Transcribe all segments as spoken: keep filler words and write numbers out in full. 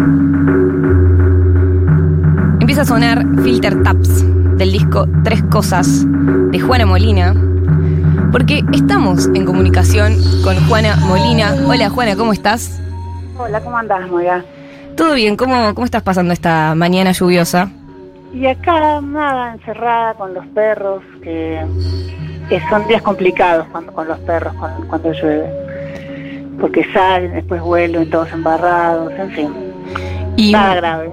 Empieza a sonar Filter Taps del disco Tres Cosas de Juana Molina, porque estamos en comunicación con Juana Molina. Hola Juana, ¿cómo estás? Hola, ¿cómo andás, Moira? ¿Todo bien? ¿Cómo, cómo estás pasando esta mañana lluviosa? Y acá, nada, encerrada con los perros, que, que son días complicados cuando, con los perros cuando, cuando llueve. Porque salen, después vuelven todos embarrados, en fin. Y... nada grave.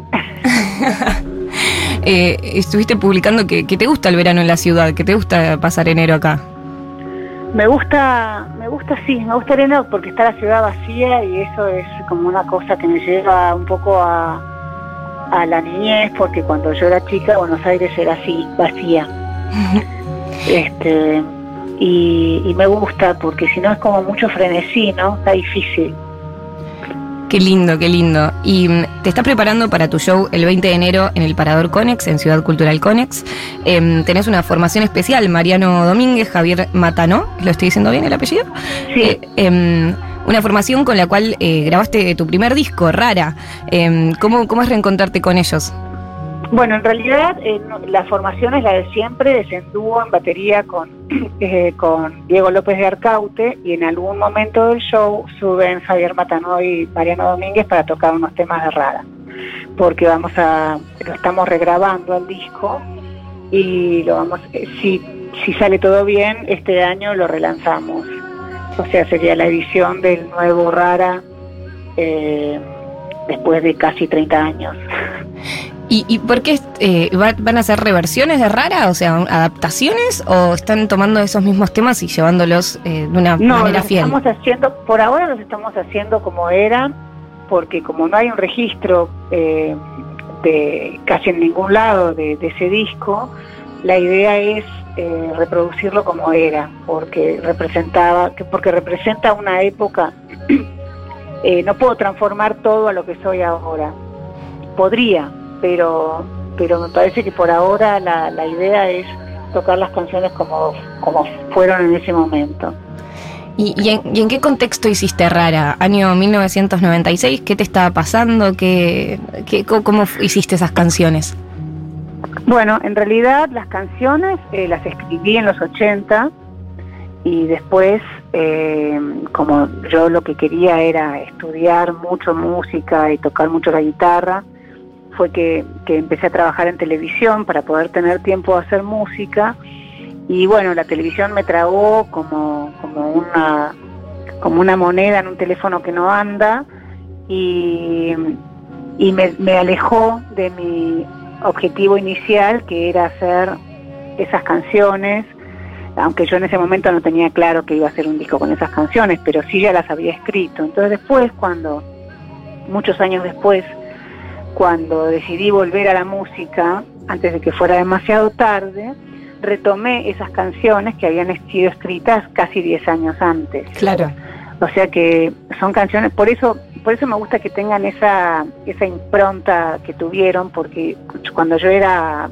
eh, estuviste publicando que, que te gusta el verano en la ciudad, que te gusta pasar enero acá. Me gusta, me gusta sí, me gusta enero porque está la ciudad vacía y eso es como una cosa que me lleva un poco a, a la niñez, porque cuando yo era chica Buenos Aires era así, vacía. este y, y me gusta porque si no es como mucho frenesí, ¿no? Está difícil. Qué lindo, qué lindo. Y te estás preparando para tu show el veinte de enero en el Parador Conex, en Ciudad Cultural Conex. Eh, tenés una formación especial, Mariano Domínguez, Javier Matanó, ¿lo estoy diciendo bien el apellido? Sí. Eh, eh, una formación con la cual eh, grabaste tu primer disco, Rara. Eh, ¿cómo, ¿Cómo es reencontrarte con ellos? Bueno, en realidad eh, no, la formación es la de siempre, desendúo en batería con, eh, con Diego López de Arcaute, y en algún momento del show suben Javier Matanó y Mariano Domínguez para tocar unos temas de Rara, porque vamos a, lo estamos regrabando al disco y lo vamos, eh, si, si sale todo bien, este año lo relanzamos, o sea, sería la edición del nuevo Rara eh, después de casi treinta años. ¿Y, y por qué eh, va, van a ser reversiones de Rara? O sea, ¿adaptaciones? ¿O están tomando esos mismos temas y llevándolos eh, de una no, manera los fiel? Estamos haciendo, por ahora los estamos haciendo como eran, porque como no hay un registro eh, de casi en ningún lado de, de ese disco, la idea es eh, reproducirlo como era, porque representaba, porque representa una época. eh, no puedo transformar todo a lo que soy ahora. Podría, pero pero me parece que por ahora la, la idea es tocar las canciones como, como fueron en ese momento. ¿Y, y, en, ¿Y en qué contexto hiciste Rara? ¿Año mil novecientos noventa y seis? ¿Qué te estaba pasando? ¿Qué, qué, ¿Cómo hiciste esas canciones? Bueno, en realidad las canciones eh, las escribí en los ochenta y después, eh, como yo lo que quería era estudiar mucho música y tocar mucho la guitarra, fue que, que empecé a trabajar en televisión para poder tener tiempo de hacer música, y bueno, la televisión me tragó como, como una como una moneda en un teléfono que no anda, y, y me, me alejó de mi objetivo inicial, que era hacer esas canciones, aunque yo en ese momento no tenía claro que iba a hacer un disco con esas canciones, pero sí ya las había escrito. Entonces después, cuando muchos años después, cuando decidí volver a la música, antes de que fuera demasiado tarde, retomé esas canciones que habían sido escritas casi diez años antes. Claro. O sea que son canciones, por eso por eso me gusta que tengan esa esa impronta que tuvieron, porque cuando yo era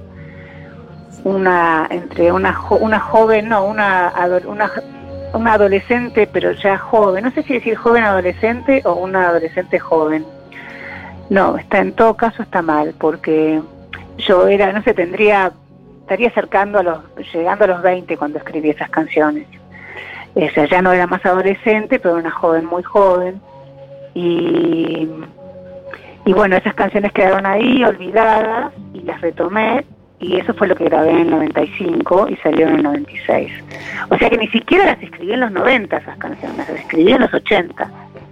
una entre una jo, una joven, no, una una una adolescente, pero ya joven, no sé si decir joven adolescente o una adolescente joven. No, está en todo caso está mal, porque yo era, no sé, tendría, estaría acercando a los, llegando a los veinte cuando escribí esas canciones. O sea, ya no era más adolescente, pero una joven muy joven. Y, y bueno, esas canciones quedaron ahí, olvidadas, y las retomé, y eso fue lo que grabé en el noventa y cinco y salió en el noventa y seis. O sea que ni siquiera las escribí en los noventa esas canciones, las escribí en los ochenta.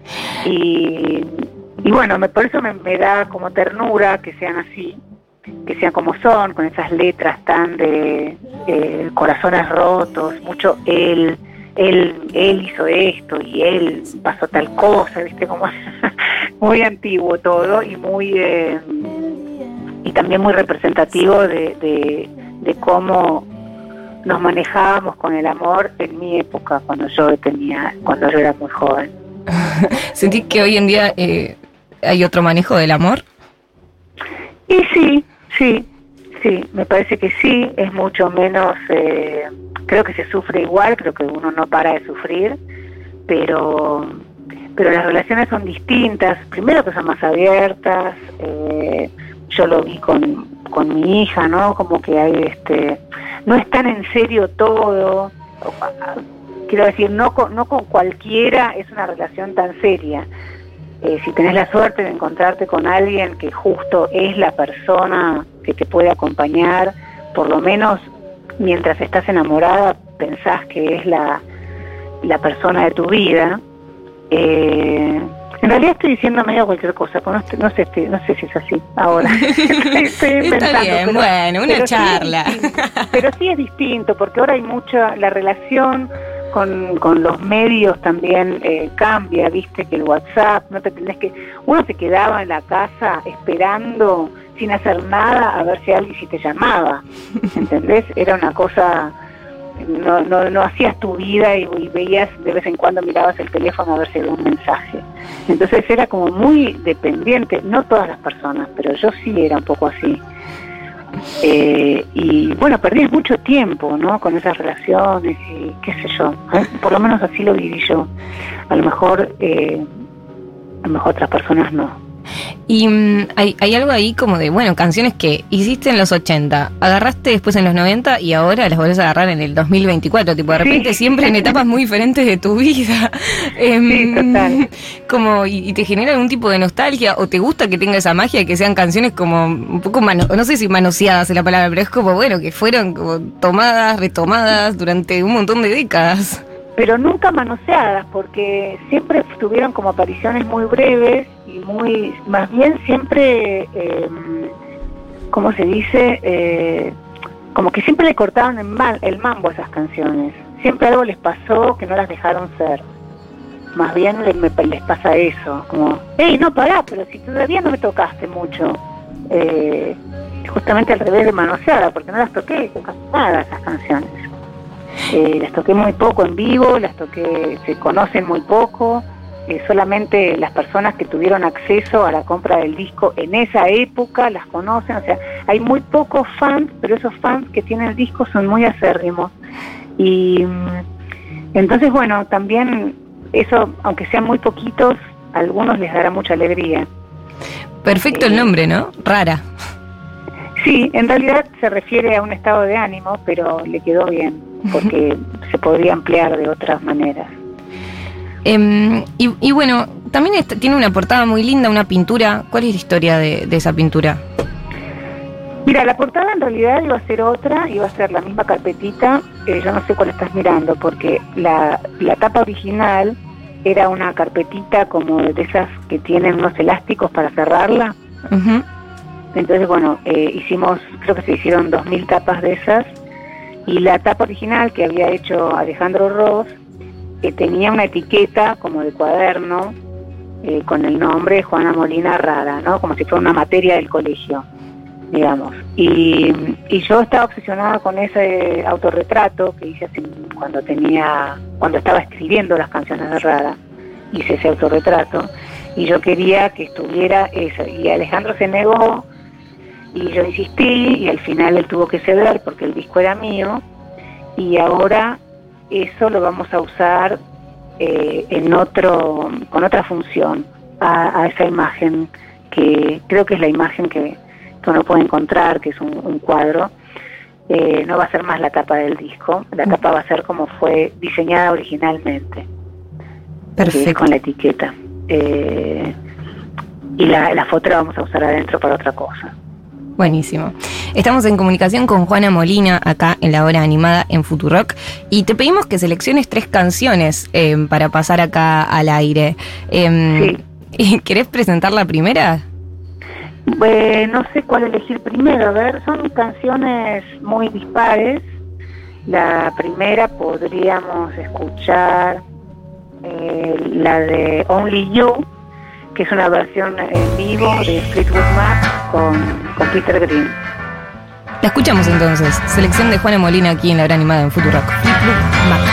Y... Y bueno, me, por eso me, me da como ternura que sean así, que sean como son, con esas letras tan de eh, corazones rotos, mucho él, él, él hizo esto y él pasó tal cosa, viste, como muy antiguo todo y muy eh, y también muy representativo de, de, de cómo nos manejábamos con el amor en mi época, cuando yo tenía, cuando yo era muy joven. ¿Sentís que hoy en día eh, hay otro manejo del amor? Y sí, sí, sí, me parece que sí, es mucho menos, eh, creo que se sufre igual, creo que uno no para de sufrir, pero pero las relaciones son distintas. Primero que son más abiertas, eh, yo lo vi con, con mi hija, ¿no? Como que hay, este, no es tan en serio todo. Quiero decir, no con, no con cualquiera es una relación tan seria. Eh, si tenés la suerte de encontrarte con alguien que justo es la persona que te puede acompañar, por lo menos mientras estás enamorada, pensás que es la, la persona de tu vida. Eh, en realidad estoy diciendo medio cualquier cosa, no, estoy, no, sé, estoy, no sé si es así ahora. estoy, estoy inventando, Está bien, pero, bueno, una pero charla. Sí pero sí es distinto, porque ahora hay mucha, la relación con, con los medios también eh, cambia, viste, que el WhatsApp, no te tenés que, uno se quedaba en la casa esperando sin hacer nada a ver si alguien si te llamaba, ¿entendés? Era una cosa, no, no, no hacías tu vida y, y veías, de vez en cuando mirabas el teléfono a ver si había un mensaje. Entonces era como muy dependiente, no todas las personas, pero yo sí era un poco así. Eh, y bueno, perdías mucho tiempo, ¿no? Con esas relaciones y qué sé yo, ¿eh? Por lo menos así lo viví yo. A lo mejor, eh, a lo mejor otras personas no. Y um, hay, hay algo ahí como de, bueno, canciones que hiciste en los ochenta, agarraste después en los noventa y ahora las volvés a agarrar en el dos mil veinticuatro, tipo de repente sí. Siempre en etapas muy diferentes de tu vida. eh, sí, total. Como, y, y te genera algún tipo de nostalgia, o te gusta que tenga esa magia, que sean canciones como un poco, mano, no sé si manoseadas es la palabra, pero es como, bueno, que fueron como tomadas, retomadas durante un montón de décadas. Pero nunca manoseadas, porque siempre tuvieron como apariciones muy breves y muy, más bien siempre, eh, ¿cómo se dice? Eh, como que siempre le cortaron el, mal, el mambo a esas canciones. Siempre algo les pasó que no las dejaron ser. Más bien les, me, les pasa eso, como, hey, no, pará, pero si todavía no me tocaste mucho. Eh, justamente al revés de manoseada, porque no las toqué casi nada esas canciones. Eh, las toqué muy poco en vivo, las toqué, se conocen muy poco, eh, solamente las personas que tuvieron acceso a la compra del disco en esa época las conocen, o sea, hay muy pocos fans, pero esos fans que tienen el disco son muy acérrimos. Y entonces, bueno, también eso, aunque sean muy poquitos, a algunos les dará mucha alegría. Perfecto eh, el nombre, ¿no? Rara. Sí, en realidad se refiere a un estado de ánimo, pero le quedó bien, porque se podría ampliar de otras maneras. Eh, y, y bueno, también está, tiene una portada muy linda, una pintura. ¿Cuál es la historia de, de esa pintura? Mira, la portada en realidad iba a ser otra, iba a ser la misma carpetita, eh, yo no sé cuál estás mirando, porque la, la tapa original era una carpetita como de esas que tienen unos elásticos para cerrarla. Uh-huh. Entonces, bueno, eh, hicimos, creo que se hicieron dos mil tapas de esas, y la tapa original que había hecho Alejandro Ross, que tenía una etiqueta como de cuaderno, eh, con el nombre Juana Molina Rara, ¿no? Como si fuera una materia del colegio, digamos. Y, y yo estaba obsesionada con ese autorretrato que hice así, cuando tenía, cuando estaba escribiendo las canciones de Rara, hice ese autorretrato, y yo quería que estuviera eso, y Alejandro se negó, y yo insistí, y al final él tuvo que ceder porque el disco era mío, y ahora eso lo vamos a usar eh, en otro, con otra función, a, a esa imagen, que creo que es la imagen que, que uno puede encontrar, que es un, un cuadro. Eh, no va a ser más la tapa del disco, la tapa va a ser como fue diseñada originalmente. Perfecto. Con la etiqueta. Eh, y la, la foto la vamos a usar adentro para otra cosa. Buenísimo. Estamos en comunicación con Juana Molina, acá en la hora animada en Futurock, y te pedimos que selecciones tres canciones eh, para pasar acá al aire. Eh, sí. ¿Querés presentar la primera? Bueno, no sé cuál elegir primero. A ver, son canciones muy dispares. La primera podríamos escuchar eh, la de Only You, que es una versión en vivo de Fleetwood Mac con, con Peter Green. La escuchamos entonces. Selección de Juana Molina aquí en la hora animada en Futurock. Fleetwood Mac.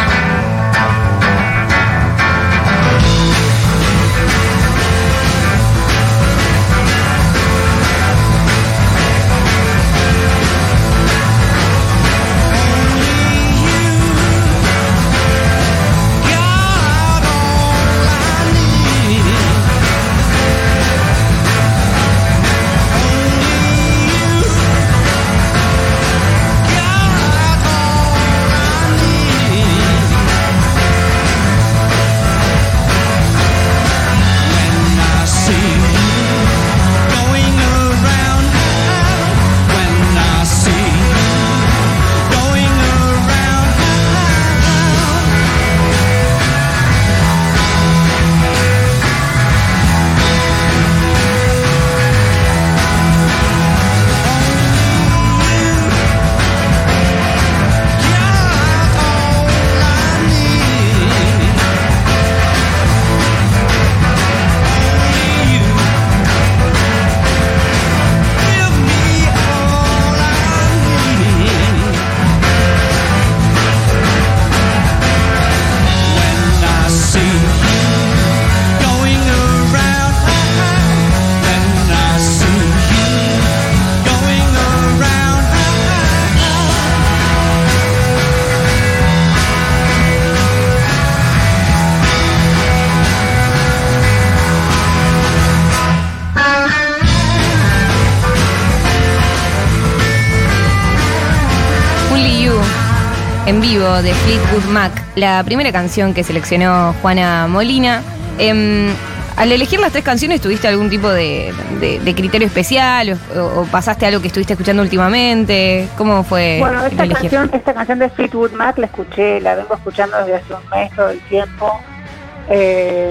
God, all I need en vivo de Fleetwood Mac, la primera canción que seleccionó Juana Molina. Eh, al elegir las tres canciones, ¿tuviste algún tipo de, de, de criterio especial o, o pasaste algo que estuviste escuchando últimamente? ¿Cómo fue? Bueno, esta elegir? canción, esta canción de Fleetwood Mac la escuché, la vengo escuchando desde hace un mes todo el tiempo. Eh,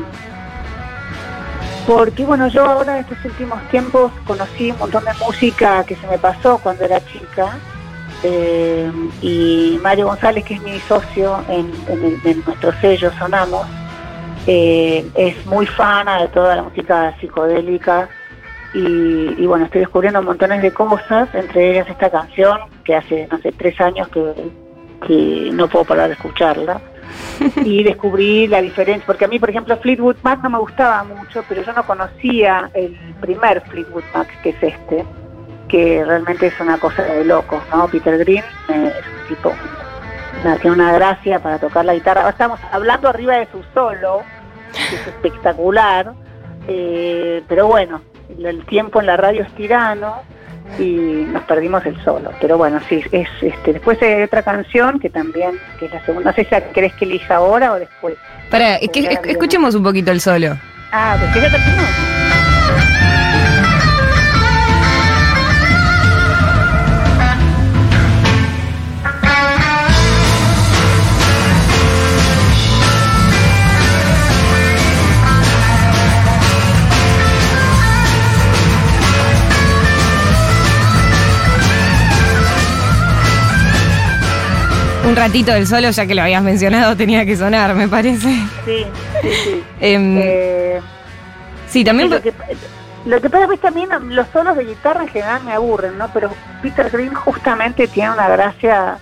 porque bueno, yo ahora en estos últimos tiempos conocí un montón de música que se me pasó cuando era chica. Eh, y Mario González, que es mi socio en, en, el, en nuestro sello Sonamos, eh, es muy fana de toda la música psicodélica y, y bueno, estoy descubriendo montones de cosas, entre ellas esta canción que hace, no sé, tres años que, que no puedo parar de escucharla y descubrí la diferencia, porque a mí, por ejemplo, Fleetwood Mac no me gustaba mucho, pero yo no conocía el primer Fleetwood Mac, que es este, que realmente es una cosa de locos, ¿no? Peter Green eh, es un tipo, una, tiene una gracia para tocar la guitarra. Estamos hablando arriba de su solo, que es espectacular, eh, pero bueno, el tiempo en la radio es tirano y nos perdimos el solo. Pero bueno, sí, es este. Después hay otra canción que también, que es la segunda, no sé si la querés que elija ahora o después. Para, es que, es, escuchemos un poquito el solo. Ah, pues que ya terminó. Un ratito del solo, ya que lo habías mencionado, tenía que sonar, me parece. Sí, sí, sí. eh, eh, sí, también... Sí, lo, que, lo que pasa es que también los solos de guitarra en general me aburren, ¿no? Pero Peter Green justamente tiene una gracia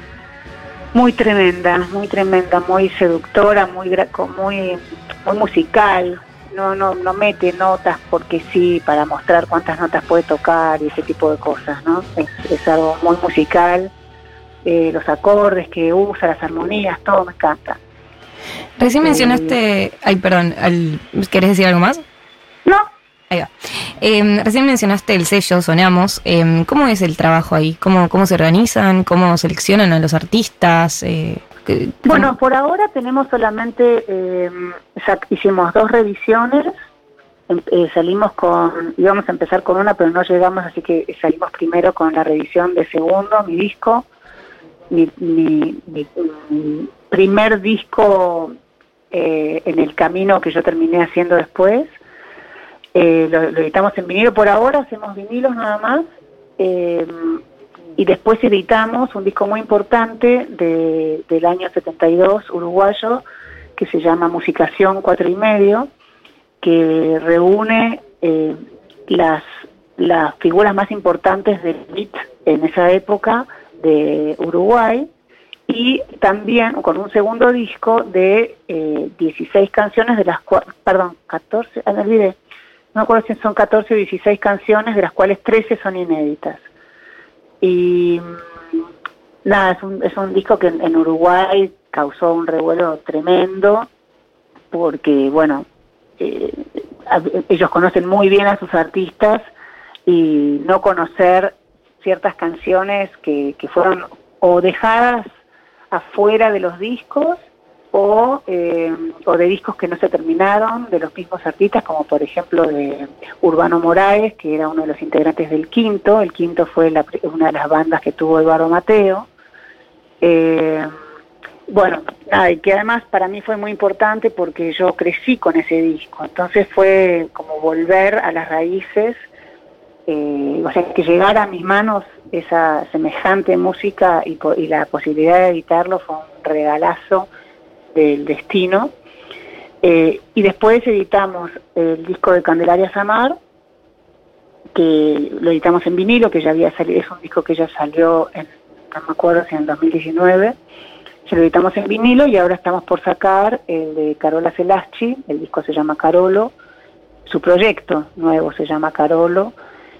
muy tremenda, muy tremenda, muy seductora, muy muy, muy musical. No, no, no mete notas porque sí, para mostrar cuántas notas puede tocar y ese tipo de cosas, ¿no? Es, es algo muy musical. Eh, los acordes que usa, las armonías, todo me encanta. Recién mencionaste... Ay, perdón, al, ¿querés decir algo más? No. Ahí va. Eh, recién mencionaste el sello Sonamos. Eh, ¿Cómo es el trabajo ahí? ¿Cómo, cómo se organizan? ¿Cómo seleccionan a los artistas? Eh, bueno, por ahora tenemos solamente... Eh, hicimos dos revisiones. Eh, salimos con... Íbamos a empezar con una, pero no llegamos, así que salimos primero con la revisión de Segundo, mi disco. Mi, mi, mi, mi primer disco eh, en el camino que yo terminé haciendo después. Eh, lo, lo editamos en vinilo por ahora, hacemos vinilos nada más. Eh, y después editamos un disco muy importante de, del año setenta y dos, uruguayo, que se llama Musicación cuatro y medio, que reúne eh, las, las figuras más importantes del beat en esa época de Uruguay, y también con un segundo disco de eh, dieciséis canciones, de las cuales, perdón, catorce, ah, me olvidé, no me acuerdo si son catorce o dieciséis canciones, de las cuales trece son inéditas. Y nada, es un, es un disco que en, en Uruguay causó un revuelo tremendo, porque bueno, eh, ellos conocen muy bien a sus artistas, y no conocer ciertas canciones que, que fueron o dejadas afuera de los discos o, eh, o de discos que no se terminaron de los mismos artistas, como por ejemplo de Urbano Moraes, que era uno de los integrantes del Quinto. El Quinto fue la, una de las bandas que tuvo Eduardo Mateo. Eh, bueno, ah, y que además para mí fue muy importante porque yo crecí con ese disco, entonces fue como volver a las raíces. Eh, o sea, que llegara a mis manos esa semejante música y, y la posibilidad de editarlo fue un regalazo del destino. Eh, y después editamos el disco de Candelaria Samar, que lo editamos en vinilo, que ya había salido, es un disco que ya salió en, no me acuerdo si en dos mil diecinueve, se lo editamos en vinilo, y ahora estamos por sacar el de Carola Celaschi, el disco se llama Carolo, su proyecto nuevo se llama Carolo,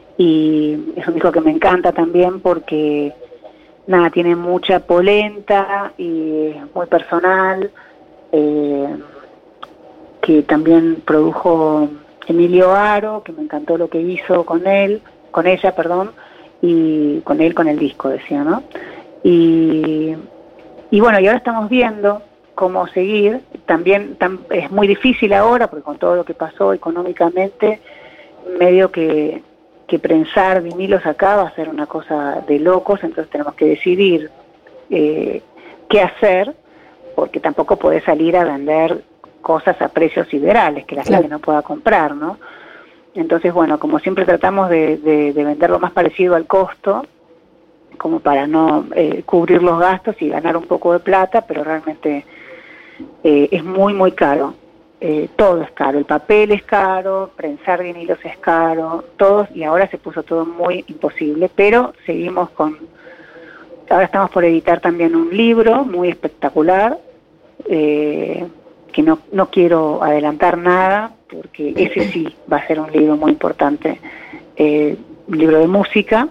y es un disco que me encanta también porque nada, tiene mucha polenta y es muy personal, eh, que también produjo Emilio Aro, que me encantó lo que hizo con él, con ella, perdón, y con él con el disco, decía, ¿no? Y, y bueno, y ahora estamos viendo cómo seguir. También tam, es muy difícil ahora, porque con todo lo que pasó económicamente, medio que, que prensar vinilos acá va a ser una cosa de locos, entonces tenemos que decidir eh, qué hacer, porque tampoco podés salir a vender cosas a precios siderales que la claro. gente no pueda comprar, ¿no? Entonces, bueno, como siempre tratamos de, de, de vender lo más parecido al costo, como para no eh, cubrir los gastos y ganar un poco de plata, pero realmente eh, es muy, muy caro. Eh, todo es caro, el papel es caro, prensar vinilos es caro, todo, y ahora se puso todo muy imposible, pero seguimos con... Ahora estamos por editar también un libro muy espectacular, eh, que no, no quiero adelantar nada, porque ese sí va a ser un libro muy importante, eh, un libro de música,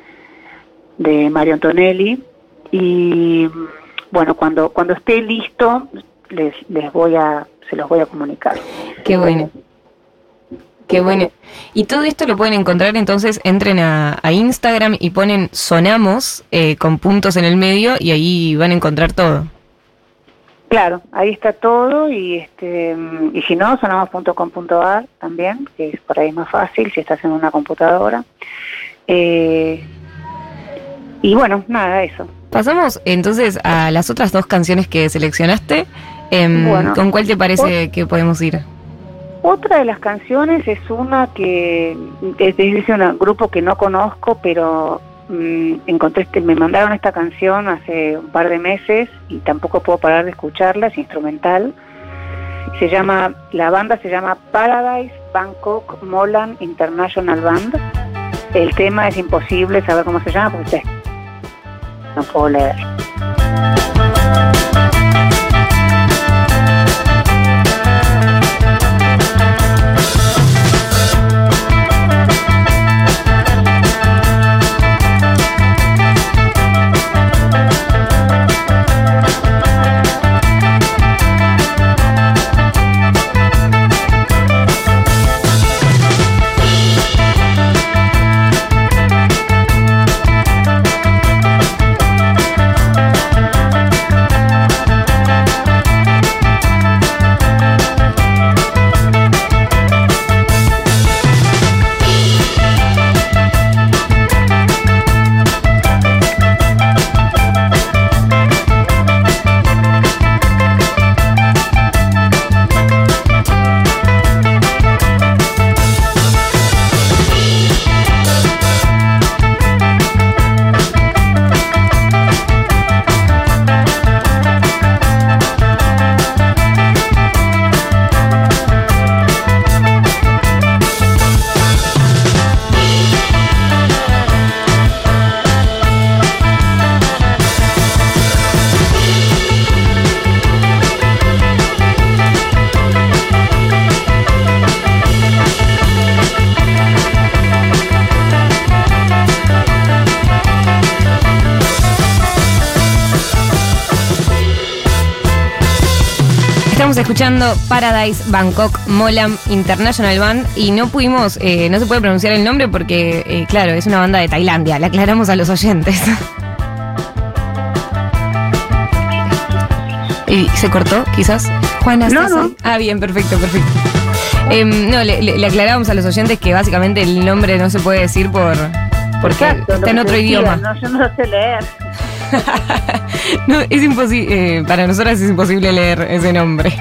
de Mario Antonelli, y bueno, cuando cuando esté listo, les, les voy a, se los voy a comunicar. Qué bueno. Qué bueno. Y todo esto lo pueden encontrar, entonces entren a, a Instagram y ponen Sonamos eh, con puntos en el medio y ahí van a encontrar todo. Claro, ahí está todo y este y si no, sonamos punto com punto a r también, que es por ahí más fácil si estás en una computadora. Eh, y bueno, nada, eso. Pasamos entonces a las otras dos canciones que seleccionaste. Eh, bueno, ¿con cuál te parece o- que podemos ir? Otra de las canciones es una que es de un grupo que no conozco, pero mmm, encontré este, me mandaron esta canción hace un par de meses y tampoco puedo parar de escucharla, es instrumental. Se llama, la banda se llama Paradise Bangkok Molan International Band. El tema es imposible saber cómo se llama porque no puedo leer. Estamos escuchando Paradise Bangkok Molam International Band y no pudimos, eh, no se puede pronunciar el nombre porque, eh, claro, es una banda de Tailandia, le aclaramos a los oyentes. ¿Y se cortó, quizás? Juana, no, no. Ah, bien, perfecto, perfecto. Eh, no, le, le, le aclaramos a los oyentes que básicamente el nombre no se puede decir por porque Exacto, está en otro decía, idioma. No, yo no lo sé leer. No, es imposible, eh, para nosotras es imposible leer ese nombre.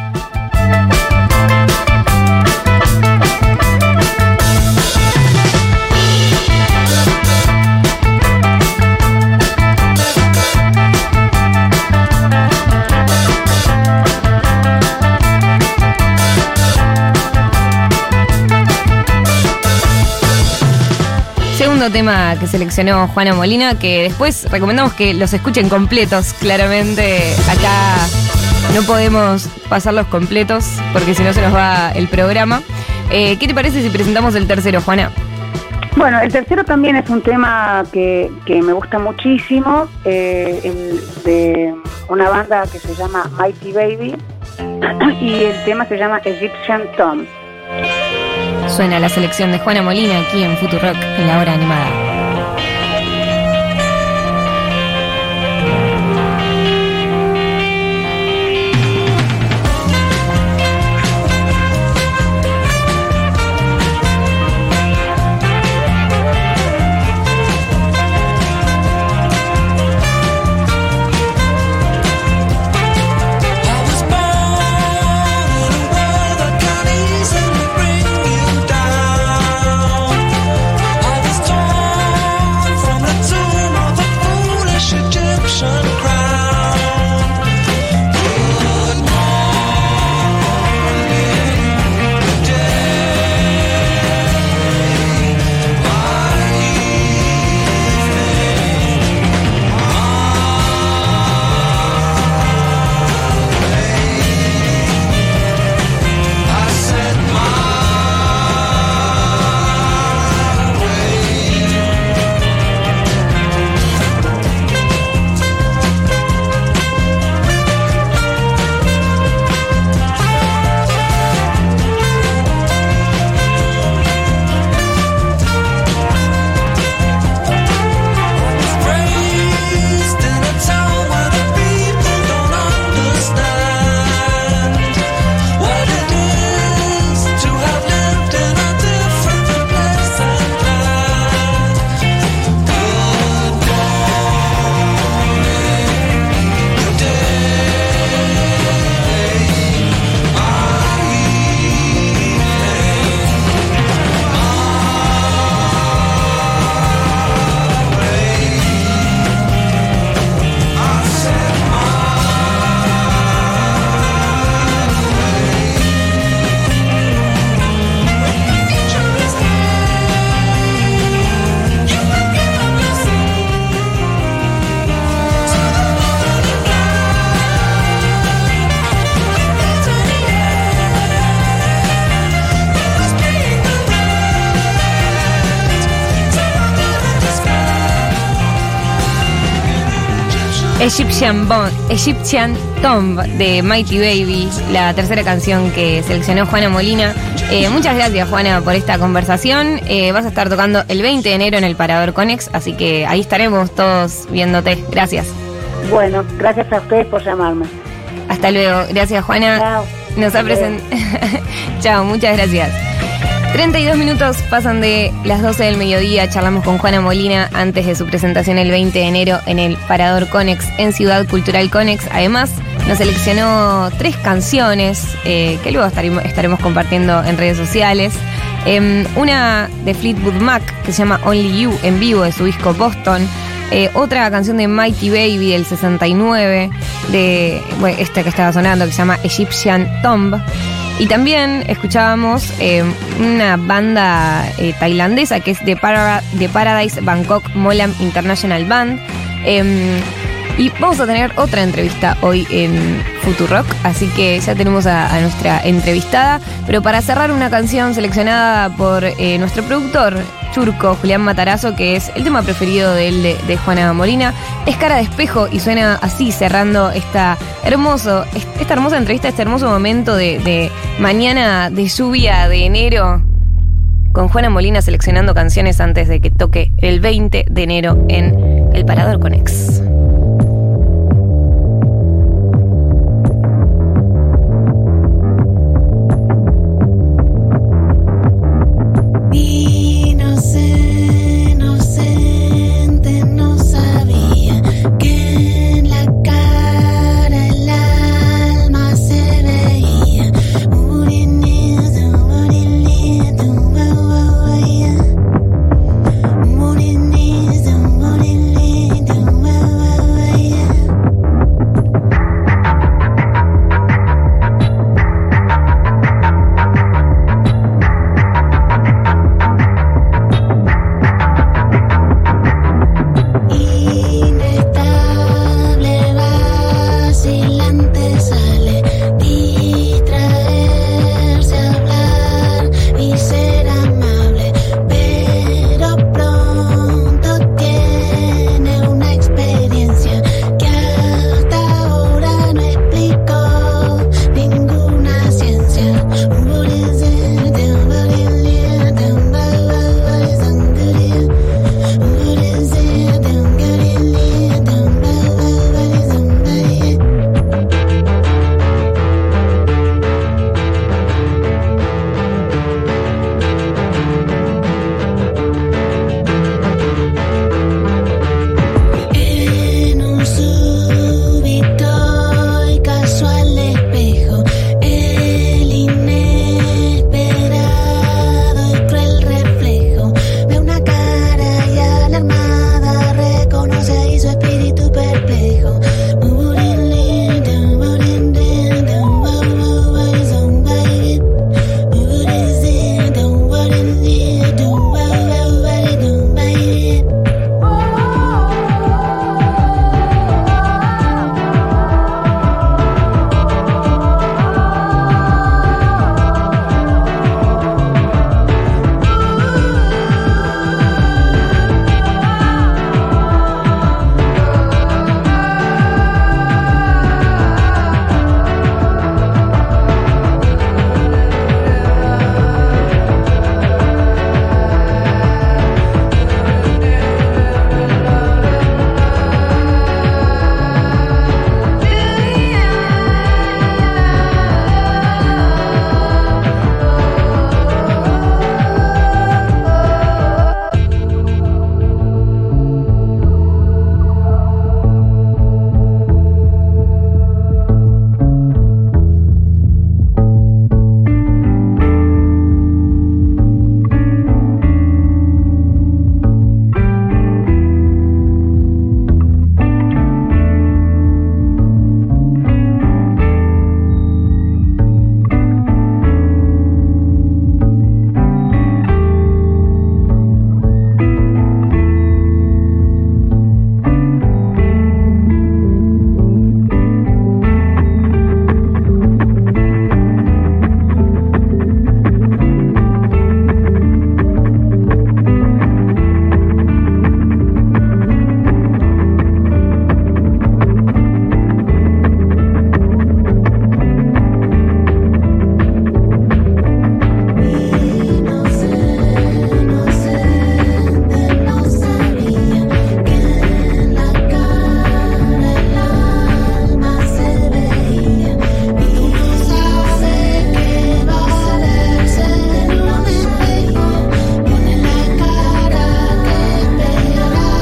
Segundo tema que seleccionó Juana Molina, que después recomendamos que los escuchen completos. Claramente acá no podemos pasarlos completos porque si no se nos va el programa. Eh, ¿Qué te parece si presentamos el tercero, Juana? Bueno, el tercero también es un tema que, que me gusta muchísimo, eh, el de una banda que se llama Mighty Baby y el tema se llama Egyptian Tom. Suena la selección de Juana Molina aquí en Futurock en la hora animada. Egyptian, Bond, Egyptian Tomb de Mighty Baby, la tercera canción que seleccionó Juana Molina. Eh, muchas gracias, Juana, por esta conversación. Eh, vas a estar tocando el veinte de enero en el Parador Conex, así que ahí estaremos todos viéndote. Gracias. Bueno, gracias a ustedes por llamarme. Hasta luego. Gracias, Juana. Chao. Nos ha presentado. Chao, muchas gracias. treinta y dos minutos pasan de las doce del mediodía. Charlamos con Juana Molina antes de su presentación el veinte de enero en el Parador Conex en Ciudad Cultural Conex. Además, nos seleccionó tres canciones eh, que luego estaremos, estaremos compartiendo en redes sociales. Eh, una de Fleetwood Mac que se llama Only You en vivo de su disco Boston. Eh, otra canción de Mighty Baby del sesenta y nueve, de bueno, esta que estaba sonando, que se llama Egyptian Tomb. Y también escuchábamos eh, una banda eh, tailandesa que es The, Para- The Paradise Bangkok Molam International Band. Eh, y vamos a tener otra entrevista hoy en Futurock, así que ya tenemos a, a nuestra entrevistada. Pero para cerrar, una canción seleccionada por eh, nuestro productor Churco, Julián Matarazo, que es el tema preferido de él, de, de Juana Molina. Es Cara de Espejo y suena así, cerrando esta hermoso, esta hermosa entrevista, este hermoso momento de, de mañana de lluvia de enero, con Juana Molina seleccionando canciones antes de que toque el veinte de enero en el Parador Conex.